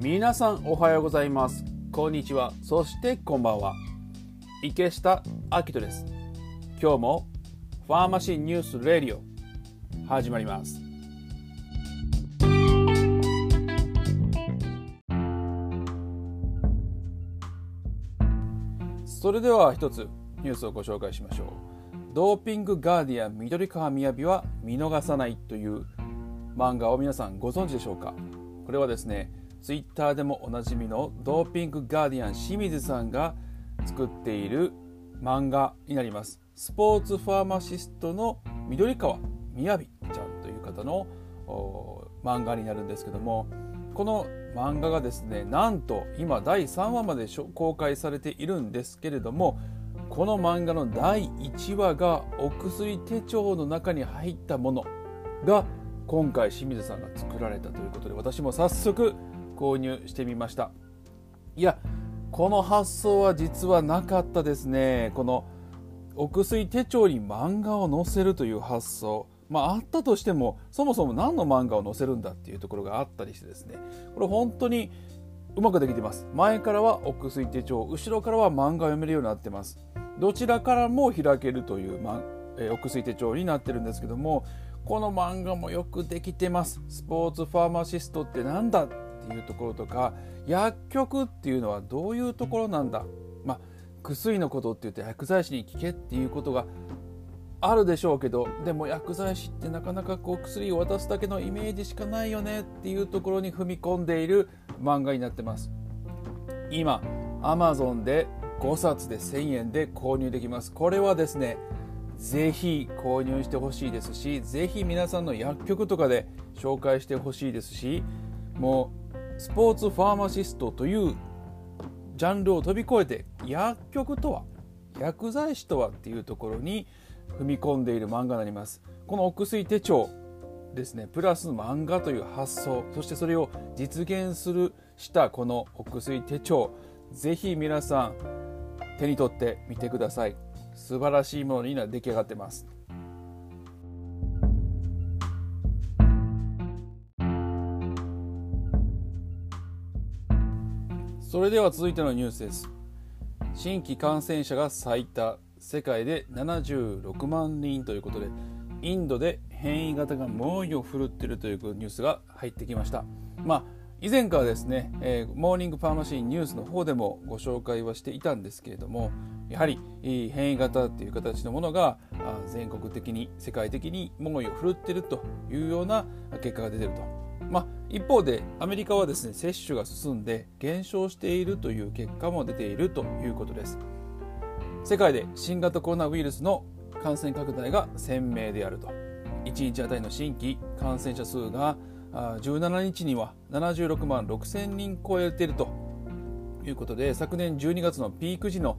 皆さんおはようございます。こんにちは。そしてこんばんは。池下明人です。今日もファーマシーニュースレディオ始まります。それでは一つニュースをご紹介しましょう。ドーピングガーディアン緑川雅は見逃さないという漫画を皆さんご存知でしょうか。これはですね、ツイッターでもおなじみのドーピングガーディアン清水さんが作っている漫画になります。スポーツファーマシストの緑川雅ちゃんという方の漫画になるんですけども、この漫画がですね、なんと今第3話まで公開されているんですけれども、この漫画の第1話がお薬手帳の中に入ったものが今回清水さんが作られたということで、私も早速購入してみました。いや、この発想は実はなかったですね。このお薬手帳に漫画を載せるという発想、あったとしてもそもそも何の漫画を載せるんだっていうところがあったりしてですね、これ本当にうまくできています。前からはお薬手帳、後ろからは漫画を読めるようになってます。どちらからも開けるという、お薬手帳になってるんですけども、この漫画もよくできてます。スポーツファーマシストってなんだっていうところとか、薬局っていうのはどういうところなんだ、薬のことって言って薬剤師に聞けっていうことがあるでしょうけど、でも薬剤師ってなかなか薬を渡すだけのイメージしかないよねっていうところに踏み込んでいる漫画になってます。今 Amazon で5冊で1000円で購入できます。これはですね、ぜひ購入してほしいですし、ぜひ皆さんの薬局とかで紹介してほしいですし、もうスポーツファーマシストというジャンルを飛び越えて、薬局とは、薬剤師とはっていうところに踏み込んでいる漫画になります。このお薬手帳ですね、プラス漫画という発想、そしてそれを実現したこのお薬手帳、ぜひ皆さん手に取ってみてください。素晴らしいものに出来上がってます。それでは続いてのニュースです。新規感染者が最多、世界で76万人ということで、インドで変異型が猛威を振るっているというニュースが入ってきました。以前からですね、モーニングファーマシーニュースの方でもご紹介はしていたんですけれども、やはり変異型という形のものが全国的に世界的に猛威を振るっているというような結果が出ていると。一方でアメリカはですね、接種が進んで減少しているという結果も出ているということです。世界で新型コロナウイルスの感染拡大が鮮明であると。1日あたりの新規感染者数が17日には76万6千人超えているということで、昨年12月のピーク時の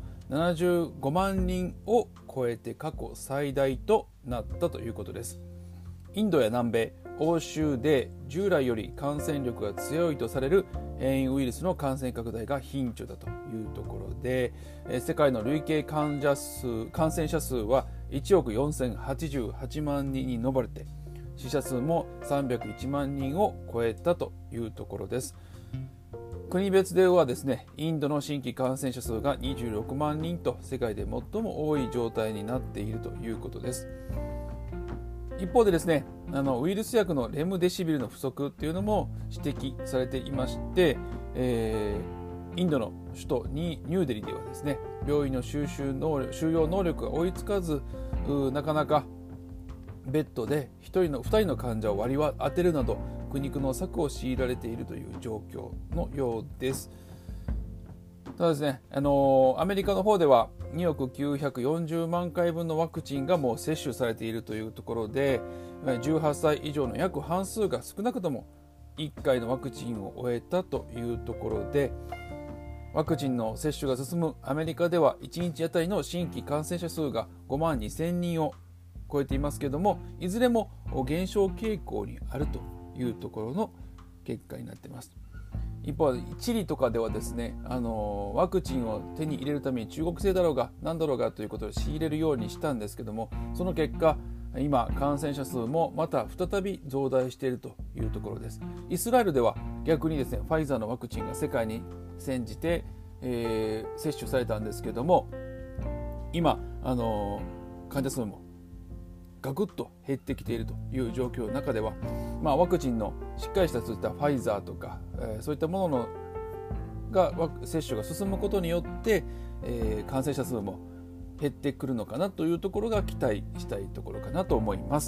75万人を超えて過去最大となったということです。インドや南米、欧州で従来より感染力が強いとされる変異ウイルスの感染拡大が頻著だというところで、世界の累計感染者数は1億4088万人に上れて、死者数も301万人を超えたというところです。国別ではですね、インドの新規感染者数が26万人と世界で最も多い状態になっているということです。一方でですね、ウイルス薬のレムデシビルの不足というのも指摘されていまして、インドの首都ニューデリではですね、病院の収容能力が追いつかず、なかなかベッドで2人の患者を割り当てるなど苦肉の策を強いられているという状況のようです。ただですね、アメリカの方では2億940万回分のワクチンがもう接種されているというところで、18歳以上の約半数が少なくとも1回のワクチンを終えたというところで、ワクチンの接種が進むアメリカでは1日あたりの新規感染者数が5万2000人を超えていますけれども、いずれも減少傾向にあるというところの結果になっています。一方、チリとかではですね、ワクチンを手に入れるために中国製だろうが何だろうがということで仕入れるようにしたんですけども、その結果、 今感染者数もまた再び増大しているというところです。イスラエルでは逆にですね、ファイザーのワクチンが世界に先じて、接種されたんですけども、今患者数もガクッと減ってきているという状況の中では、ワクチンのしっかりしたそういったファイザーとか、そういったものが接種が進むことによって、感染者数も減ってくるのかなというところが期待したいところかなと思います。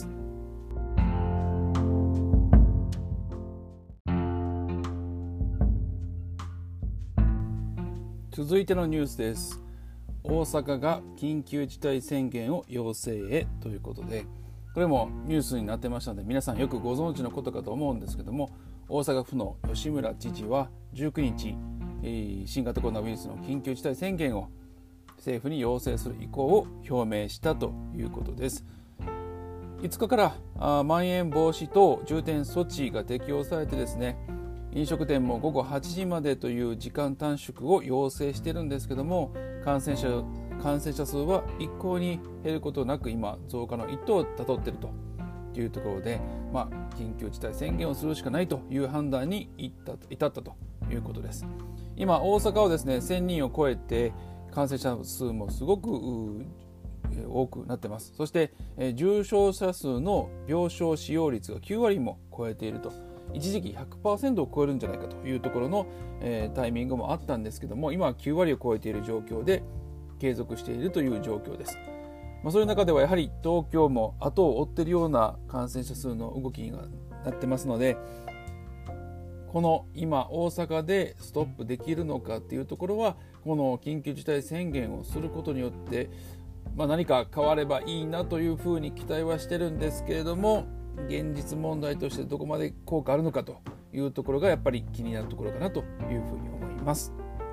続いてのニュースです。大阪が緊急事態宣言を要請へということで、これもニュースになってましたので皆さんよくご存知のことかと思うんですけども、大阪府の吉村知事は19日、新型コロナウイルスの緊急事態宣言を政府に要請する意向を表明したということです。5日からまん延防止等重点措置が適用されてですね、飲食店も午後8時までという時間短縮を要請しているんですけども、感染者数は一向に減ることなく今増加の一途をたどっているというところで、緊急事態宣言をするしかないという判断に至ったということです。今大阪はですね、1000人を超えて感染者数もすごく多くなってます。そして重症者数の病床使用率が9割も超えていると、一時期 100% を超えるんじゃないかというところの、タイミングもあったんですけども、今は9割を超えている状況で継続しているという状況です。そういう中ではやはり東京も後を追っているような感染者数の動きになってますので、この今大阪でストップできるのかっていうところは、この緊急事態宣言をすることによって、何か変わればいいなというふうに期待はしてるんですけれども、現実問題としてどこまで効果あるのかというところがやっぱり気になるところかなというふうに思います。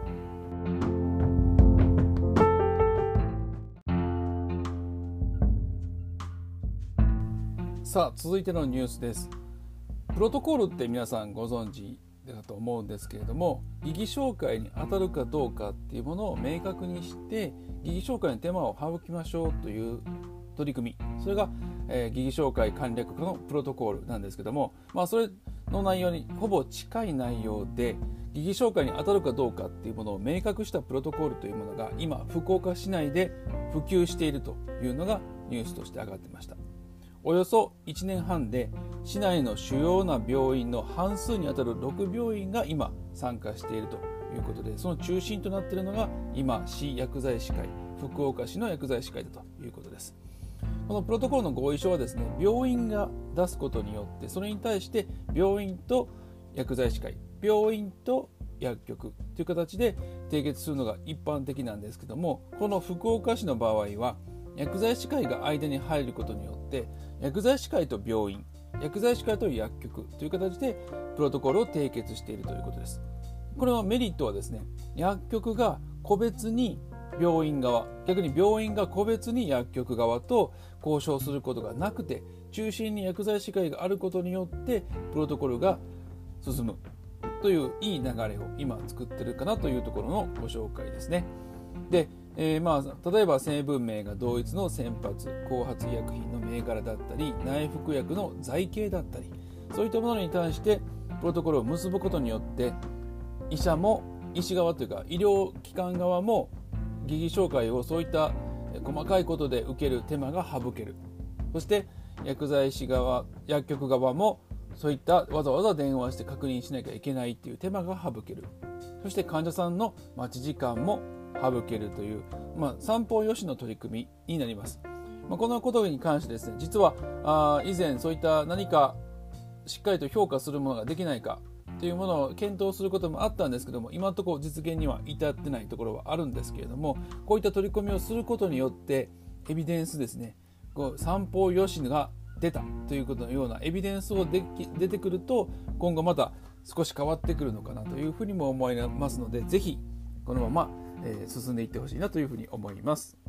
さあ続いてのニュースです。プロトコールって皆さんご存知だと思うんですけれども、疑義照会に当たるかどうかっていうものを明確にして疑義照会の手間を省きましょうという取り組み、それが、疑義照会簡略化のプロトコールなんですけども、それの内容にほぼ近い内容で、疑義照会に当たるかどうかっていうものを明確したプロトコールというものが今福岡市内で普及しているというのがニュースとして上がってました。およそ1年半で市内の主要な病院の半数にあたる6病院が今参加しているということで、その中心となっているのが今市薬剤師会、福岡市の薬剤師会だということです。このプロトコルの合意書はですね、病院が出すことによって、それに対して病院と薬剤師会、病院と薬局という形で締結するのが一般的なんですけども、この福岡市の場合は薬剤師会が間に入ることによって薬剤師会と病院、薬剤師会と薬局という形でプロトコルを締結しているということです。これのメリットはですね、薬局が個別に病院側、逆に病院が個別に薬局側と交渉することがなくて、中心に薬剤師会があることによってプロトコルが進むといういい流れを今作ってるかなというところのご紹介ですね。で、例えば成分名が同一の先発後発医薬品の銘柄だったり、内服薬の剤形だったり、そういったものに対してプロトコルを結ぶことによって、医者も医師側というか医療機関側も疑義照会をそういった細かいことで受ける手間が省ける。そして薬剤師側、薬局側もそういったわざわざ電話して確認しなきゃいけないっていう手間が省ける。そして患者さんの待ち時間も省けるという、三方よしの取り組みになります。このことに関してですね、実は以前そういった何かしっかりと評価するものができないかというものを検討することもあったんですけども、今のところ実現には至ってないところはあるんですけれども、こういった取り組みをすることによってエビデンスですね、三方よしが出たということのようなエビデンスを出てくると、今後また少し変わってくるのかなというふうにも思いますので、ぜひこのまま進んでいってほしいなというふうに思います。